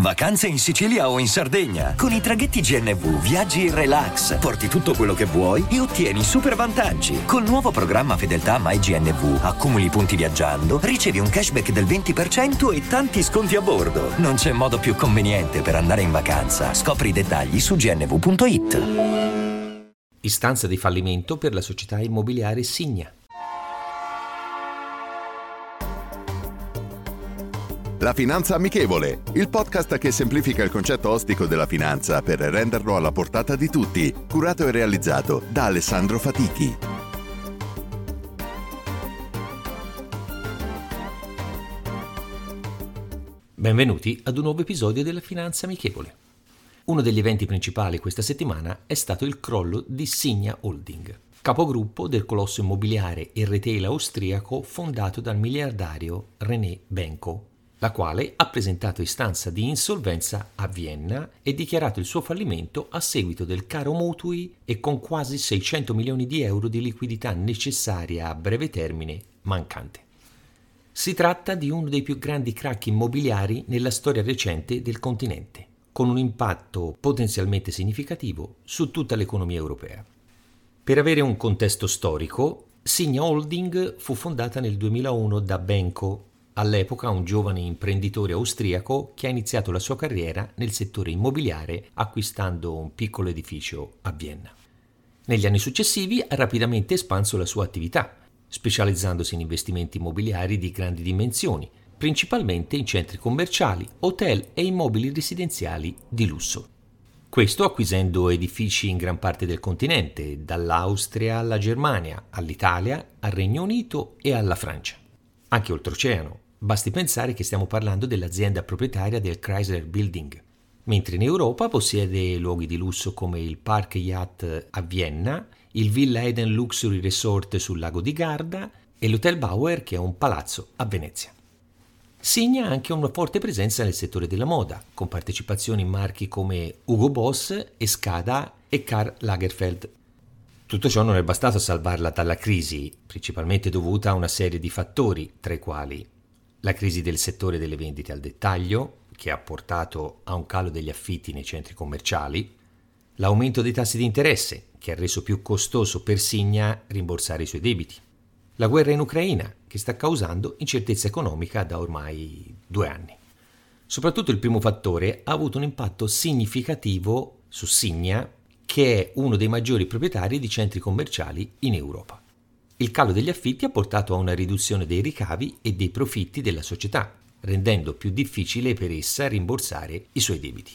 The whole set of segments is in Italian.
Vacanze in Sicilia o in Sardegna. Con i traghetti GNV viaggi in relax, porti tutto quello che vuoi e ottieni super vantaggi. Col nuovo programma Fedeltà MyGNV accumuli punti viaggiando, ricevi un cashback del 20% e tanti sconti a bordo. Non c'è modo più conveniente per andare in vacanza. Scopri i dettagli su gnv.it. Istanza di fallimento per la società immobiliare Signa. La Finanza Amichevole, il podcast che semplifica il concetto ostico della finanza per renderlo alla portata di tutti, curato e realizzato da Alessandro Fatichi. Benvenuti ad un nuovo episodio della Finanza Amichevole. Uno degli eventi principali questa settimana è stato il crollo di Signa Holding, capogruppo del colosso immobiliare e retail austriaco fondato dal miliardario René Benko, la quale ha presentato istanza di insolvenza a Vienna e dichiarato il suo fallimento a seguito del caro mutui e con quasi 600 milioni di euro di liquidità necessaria a breve termine mancante. Si tratta di uno dei più grandi crack immobiliari nella storia recente del continente, con un impatto potenzialmente significativo su tutta l'economia europea. Per avere un contesto storico, Signa Holding fu fondata nel 2001 da Benko, all'epoca un giovane imprenditore austriaco che ha iniziato la sua carriera nel settore immobiliare acquistando un piccolo edificio a Vienna. Negli anni successivi ha rapidamente espanso la sua attività, specializzandosi in investimenti immobiliari di grandi dimensioni, principalmente in centri commerciali, hotel e immobili residenziali di lusso. Questo acquisendo edifici in gran parte del continente, dall'Austria alla Germania, all'Italia, al Regno Unito e alla Francia. Anche oltreoceano. Basti pensare che stiamo parlando dell'azienda proprietaria del Chrysler Building, mentre in Europa possiede luoghi di lusso come il Park Yacht a Vienna, il Villa Eden Luxury Resort sul lago di Garda e l'Hotel Bauer, che è un palazzo a Venezia. Signa ha anche una forte presenza nel settore della moda, con partecipazioni in marchi come Hugo Boss, Escada e Karl Lagerfeld. Tutto ciò non è bastato a salvarla dalla crisi, principalmente dovuta a una serie di fattori, tra i quali la crisi del settore delle vendite al dettaglio, che ha portato a un calo degli affitti nei centri commerciali, l'aumento dei tassi di interesse, che ha reso più costoso per Signa rimborsare i suoi debiti, la guerra in Ucraina, che sta causando incertezza economica da ormai 2 anni. Soprattutto il primo fattore ha avuto un impatto significativo su Signa, che è uno dei maggiori proprietari di centri commerciali in Europa. Il calo degli affitti ha portato a una riduzione dei ricavi e dei profitti della società, rendendo più difficile per essa rimborsare i suoi debiti.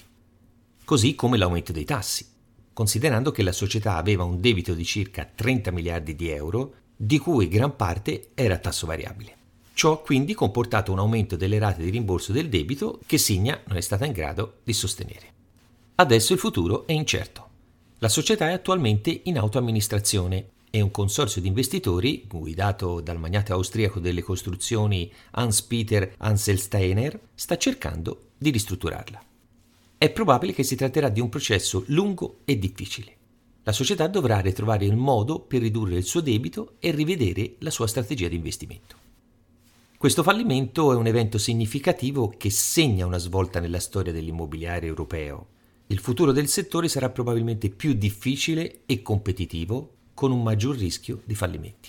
Così come l'aumento dei tassi, considerando che la società aveva un debito di circa 30 miliardi di euro, di cui gran parte era a tasso variabile. Ciò ha quindi comportato un aumento delle rate di rimborso del debito che Signa non è stata in grado di sostenere. Adesso il futuro è incerto. La società è attualmente in autoamministrazione e un consorzio di investitori, guidato dal magnate austriaco delle costruzioni Hans-Peter Anselsteiner, sta cercando di ristrutturarla. È probabile che si tratterà di un processo lungo e difficile. La società dovrà ritrovare il modo per ridurre il suo debito e rivedere la sua strategia di investimento. Questo fallimento è un evento significativo che segna una svolta nella storia dell'immobiliare europeo. Il futuro del settore sarà probabilmente più difficile e competitivo, con un maggior rischio di fallimenti.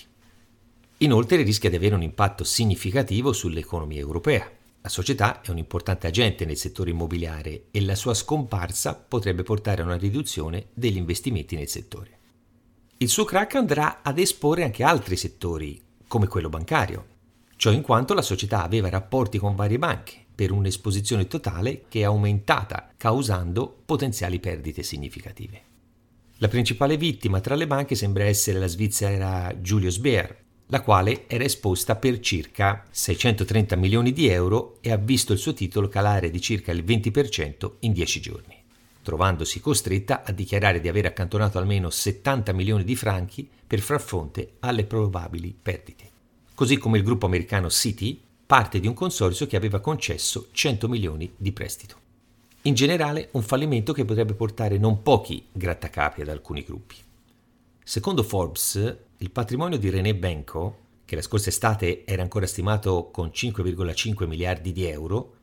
Inoltre rischia di avere un impatto significativo sull'economia europea. La società è un importante agente nel settore immobiliare e la sua scomparsa potrebbe portare a una riduzione degli investimenti nel settore. Il suo crack andrà ad esporre anche altri settori, come quello bancario, ciò in quanto la società aveva rapporti con varie banche per un'esposizione totale che è aumentata, causando potenziali perdite significative. La principale vittima tra le banche sembra essere la svizzera Julius Baer, la quale era esposta per circa 630 milioni di euro e ha visto il suo titolo calare di circa il 20% in 10 giorni, trovandosi costretta a dichiarare di aver accantonato almeno 70 milioni di franchi per far fronte alle probabili perdite. Così come il gruppo americano Citi, parte di un consorzio che aveva concesso 100 milioni di prestito. In generale, un fallimento che potrebbe portare non pochi grattacapi ad alcuni gruppi. Secondo Forbes, il patrimonio di René Benko, che la scorsa estate era ancora stimato con 5,5 miliardi di euro,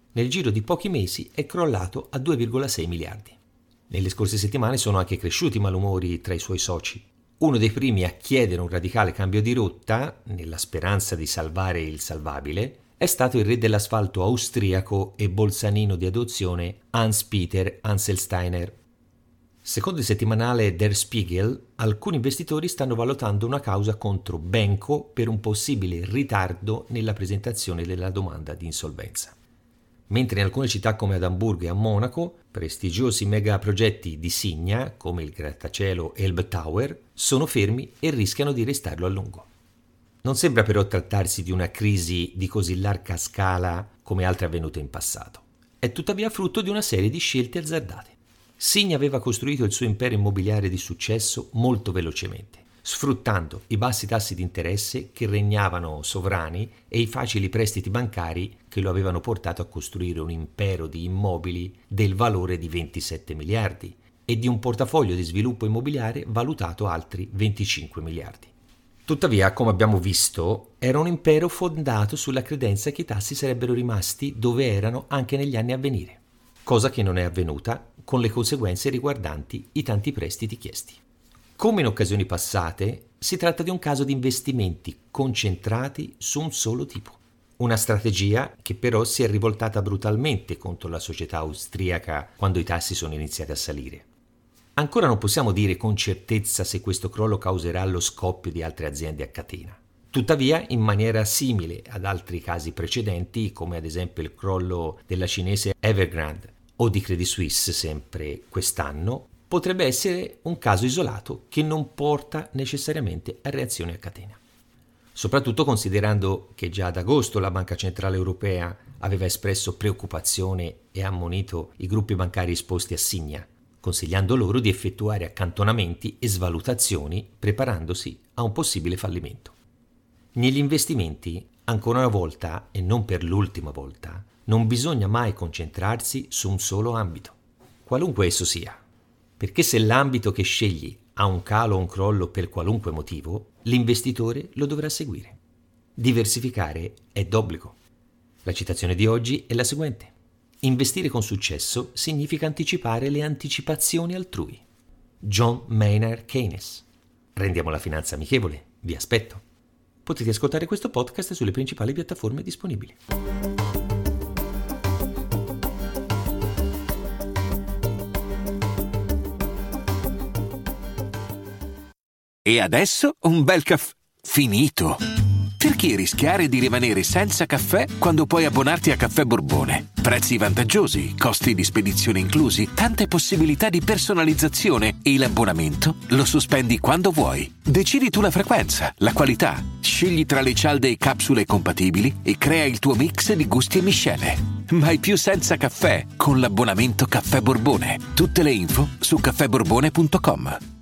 Nel giro di pochi mesi è crollato a 2,6 miliardi. Nelle scorse settimane sono anche cresciuti i malumori tra i suoi soci. Uno dei primi a chiedere un radicale cambio di rotta, nella speranza di salvare il salvabile, è stato il re dell'asfalto austriaco e bolzanino di adozione Hans-Peter Anselsteiner. Secondo il settimanale Der Spiegel, alcuni investitori stanno valutando una causa contro Benko per un possibile ritardo nella presentazione della domanda di insolvenza. Mentre in alcune città come ad Amburgo e a Monaco, prestigiosi megaprogetti di Signa, come il grattacielo Elbtower, sono fermi e rischiano di restarlo a lungo. Non sembra però trattarsi di una crisi di così larga scala come altre avvenute in passato. È tuttavia frutto di una serie di scelte azzardate. Signa aveva costruito il suo impero immobiliare di successo molto velocemente, sfruttando i bassi tassi di interesse che regnavano sovrani e i facili prestiti bancari che lo avevano portato a costruire un impero di immobili del valore di 27 miliardi e di un portafoglio di sviluppo immobiliare valutato altri 25 miliardi. Tuttavia, come abbiamo visto, era un impero fondato sulla credenza che i tassi sarebbero rimasti dove erano anche negli anni a venire, cosa che non è avvenuta con le conseguenze riguardanti i tanti prestiti chiesti. Come in occasioni passate, si tratta di un caso di investimenti concentrati su un solo tipo. Una strategia che però si è rivoltata brutalmente contro la società austriaca quando i tassi sono iniziati a salire. Ancora non possiamo dire con certezza se questo crollo causerà lo scoppio di altre aziende a catena. Tuttavia, in maniera simile ad altri casi precedenti, come ad esempio il crollo della cinese Evergrande o di Credit Suisse sempre quest'anno, potrebbe essere un caso isolato che non porta necessariamente a reazioni a catena. Soprattutto considerando che già ad agosto la Banca Centrale Europea aveva espresso preoccupazione e ammonito i gruppi bancari esposti a Signa, consigliando loro di effettuare accantonamenti e svalutazioni preparandosi a un possibile fallimento. Negli investimenti, ancora una volta e non per l'ultima volta, non bisogna mai concentrarsi su un solo ambito, qualunque esso sia. Perché se l'ambito che scegli ha un calo o un crollo per qualunque motivo, l'investitore lo dovrà seguire. Diversificare è d'obbligo. La citazione di oggi è la seguente. Investire con successo significa anticipare le anticipazioni altrui. John Maynard Keynes. Rendiamo la finanza amichevole. Vi aspetto. Potete ascoltare questo podcast sulle principali piattaforme disponibili. E adesso un bel caffè finito. Perché rischiare di rimanere senza caffè quando puoi abbonarti a Caffè Borbone? Prezzi vantaggiosi, costi di spedizione inclusi, tante possibilità di personalizzazione e l'abbonamento lo sospendi quando vuoi. Decidi tu la frequenza, la qualità, scegli tra le cialde e capsule compatibili e crea il tuo mix di gusti e miscele. Mai più senza caffè con l'abbonamento Caffè Borbone. Tutte le info su caffèborbone.com.